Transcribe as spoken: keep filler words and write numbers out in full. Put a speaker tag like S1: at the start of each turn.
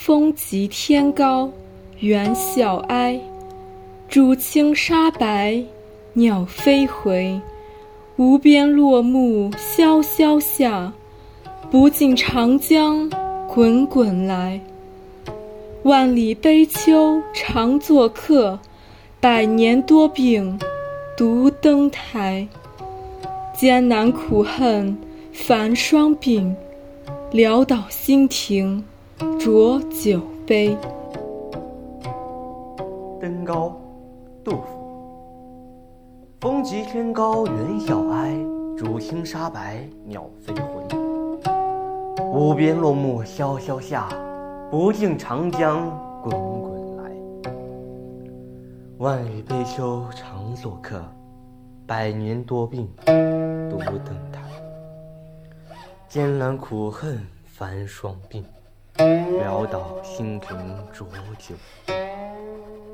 S1: 风急天高猿啸哀，渚清沙白鸟飞回。无边落木萧萧下，不尽长江滚滚来。万里悲秋常作客，百年多病独登台。艰难苦恨繁霜鬓，潦倒新停浊酒杯。
S2: 登高，杜甫。风急天高猿啸哀，渚清沙白鸟飞回。无边落木萧萧下，不尽长江滚滚来。万里悲秋常作客，百年多病独登台。艰难苦恨繁霜鬓，潦倒新停浊酒杯。